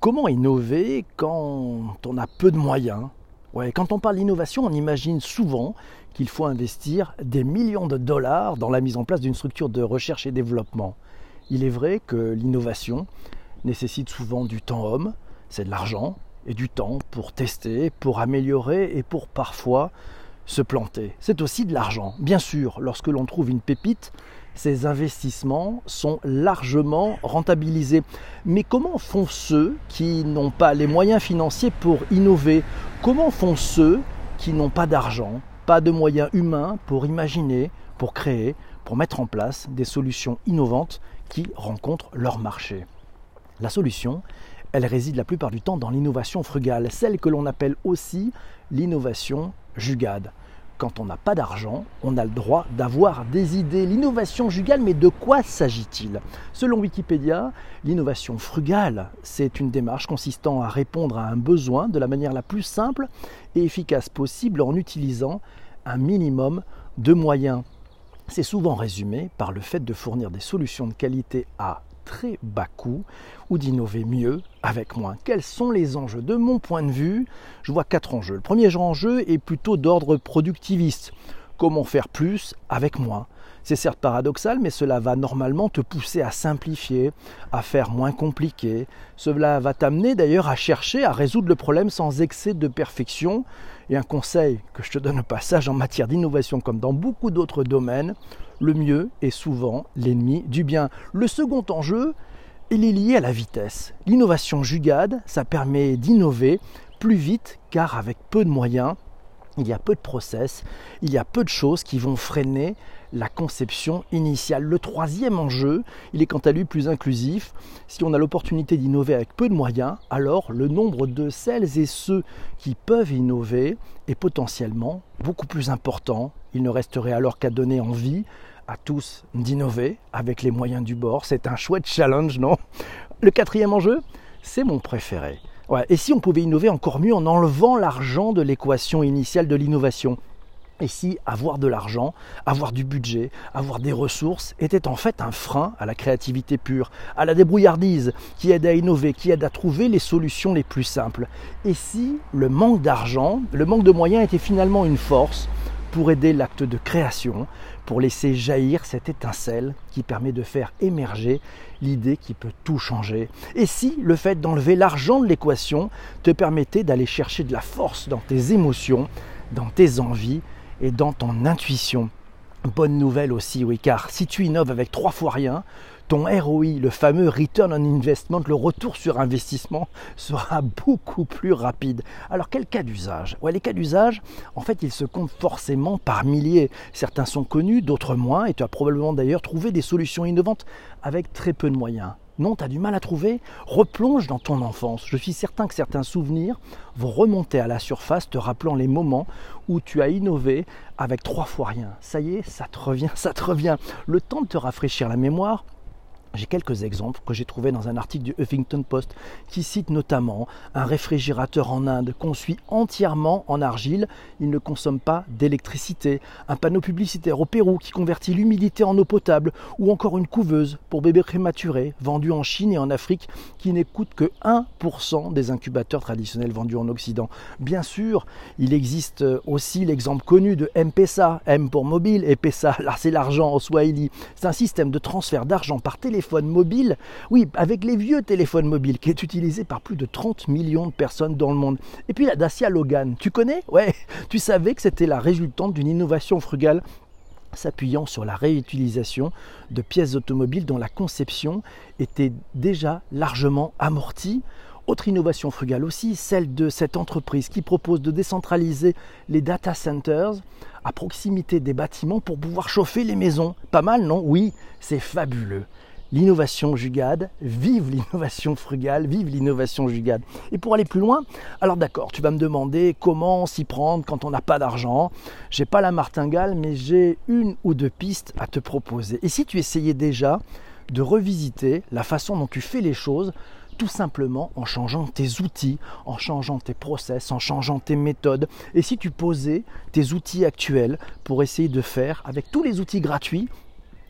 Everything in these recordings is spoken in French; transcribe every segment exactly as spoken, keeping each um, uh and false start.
Comment innover quand on a peu de moyens? Ouais, quand on parle d'innovation, on imagine souvent qu'il faut investir des millions de dollars dans la mise en place d'une structure de recherche et développement. Il est vrai que l'innovation nécessite souvent du temps homme, c'est de l'argent et du temps pour tester, pour améliorer et pour parfois se planter. C'est aussi de l'argent. Bien sûr, lorsque l'on trouve une pépite, ces investissements sont largement rentabilisés. Mais comment font ceux qui n'ont pas les moyens financiers pour innover? Comment font ceux qui n'ont pas d'argent, pas de moyens humains pour imaginer, pour créer, pour mettre en place des solutions innovantes qui rencontrent leur marché? La solution, elle réside la plupart du temps dans l'innovation frugale, celle que l'on appelle aussi l'innovation jugade. Quand on n'a pas d'argent, on a le droit d'avoir des idées. L'innovation jugale, mais de quoi s'agit-il? Selon Wikipédia, l'innovation frugale, c'est une démarche consistant à répondre à un besoin de la manière la plus simple et efficace possible en utilisant un minimum de moyens. C'est souvent résumé par le fait de fournir des solutions de qualité à très bas coût ou d'innover mieux avec moins. Quels sont les enjeux? De mon point de vue, je vois quatre enjeux. Le premier enjeu est plutôt d'ordre productiviste. Comment faire plus avec moins? C'est certes paradoxal, mais cela va normalement te pousser à simplifier, à faire moins compliqué. Cela va t'amener d'ailleurs à chercher à résoudre le problème sans excès de perfection. Et un conseil que je te donne au passage en matière d'innovation comme dans beaucoup d'autres domaines, le mieux est souvent l'ennemi du bien. Le second enjeu, il est lié à la vitesse. L'innovation jugade, ça permet d'innover plus vite car avec peu de moyens, il y a peu de process, il y a peu de choses qui vont freiner la conception initiale. Le troisième enjeu, il est quant à lui plus inclusif. Si on a l'opportunité d'innover avec peu de moyens, alors le nombre de celles et ceux qui peuvent innover est potentiellement beaucoup plus important. Il ne resterait alors qu'à donner envie à tous d'innover avec les moyens du bord. C'est un chouette challenge, non? Le quatrième enjeu, c'est mon préféré. Ouais, et si on pouvait innover encore mieux en enlevant l'argent de l'équation initiale de l'innovation? Et si avoir de l'argent, avoir du budget, avoir des ressources était en fait un frein à la créativité pure, à la débrouillardise qui aide à innover, qui aide à trouver les solutions les plus simples? Et si le manque d'argent, le manque de moyens était finalement une force pour aider l'acte de création, pour laisser jaillir cette étincelle qui permet de faire émerger l'idée qui peut tout changer? Et si le fait d'enlever l'argent de l'équation te permettait d'aller chercher de la force dans tes émotions, dans tes envies et dans ton intuition? Bonne nouvelle aussi, oui, car si tu innoves avec trois fois rien, ton R O I, le fameux Return on Investment, le retour sur investissement, sera beaucoup plus rapide. Alors quel cas d'usage? Ouais, les cas d'usage, en fait, ils se comptent forcément par milliers. Certains sont connus, d'autres moins, et tu as probablement d'ailleurs trouvé des solutions innovantes avec très peu de moyens. Non, tu as du mal à trouver? Replonge dans ton enfance. Je suis certain que certains souvenirs vont remonter à la surface, te rappelant les moments où tu as innové avec trois fois rien. Ça y est, ça te revient, ça te revient. Le temps de te rafraîchir la mémoire. J'ai quelques exemples que j'ai trouvés dans un article du Huffington Post qui cite notamment un réfrigérateur en Inde conçu entièrement en argile. Il ne consomme pas d'électricité. Un panneau publicitaire au Pérou qui convertit l'humidité en eau potable. Ou encore une couveuse pour bébés prématurés vendue en Chine et en Afrique qui ne coûte que un pour cent des incubateurs traditionnels vendus en Occident. Bien sûr, il existe aussi l'exemple connu de M-Pesa. M pour mobile et Pesa, là c'est l'argent en swahili. C'est un système de transfert d'argent par téléphone mobile, oui, avec les vieux téléphones mobiles, qui est utilisé par plus de trente millions de personnes dans le monde. Et puis la Dacia Logan, tu connais? Ouais, tu savais que c'était la résultante d'une innovation frugale s'appuyant sur la réutilisation de pièces automobiles dont la conception était déjà largement amortie. Autre innovation frugale aussi, celle de cette entreprise qui propose de décentraliser les data centers à proximité des bâtiments pour pouvoir chauffer les maisons. Pas mal, non? Oui, c'est fabuleux. L'innovation jugade, vive l'innovation frugale, vive l'innovation jugade. Et pour aller plus loin, alors d'accord, tu vas me demander comment s'y prendre quand on n'a pas d'argent. J'ai pas la martingale, mais j'ai une ou deux pistes à te proposer. Et si tu essayais déjà de revisiter la façon dont tu fais les choses, tout simplement en changeant tes outils, en changeant tes process, en changeant tes méthodes. Et si tu posais tes outils actuels pour essayer de faire, avec tous les outils gratuits,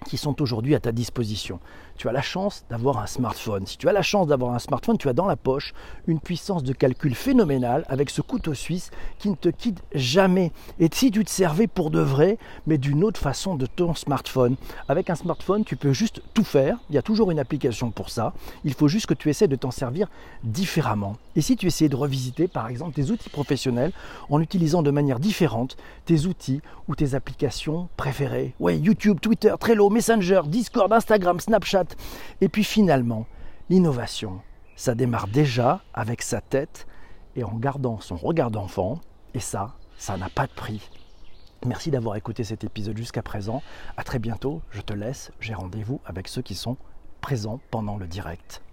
qui sont aujourd'hui à ta disposition. Tu as la chance d'avoir un smartphone. Si tu as la chance d'avoir un smartphone, tu as dans la poche une puissance de calcul phénoménale avec ce couteau suisse qui ne te quitte jamais. Et si tu te servais pour de vrai, mais d'une autre façon de ton smartphone. Avec un smartphone, tu peux juste tout faire. Il y a toujours une application pour ça. Il faut juste que tu essaies de t'en servir différemment. Et si tu essayais de revisiter, par exemple, tes outils professionnels en utilisant de manière différente tes outils ou tes applications préférées. Ouais, YouTube, Twitter, Trello, Messenger, Discord, Instagram, Snapchat. Et puis finalement, l'innovation, ça démarre déjà avec sa tête et en gardant son regard d'enfant. Et ça, ça n'a pas de prix. Merci d'avoir écouté cet épisode jusqu'à présent. À très bientôt, je te laisse, j'ai rendez-vous avec ceux qui sont présents pendant le direct.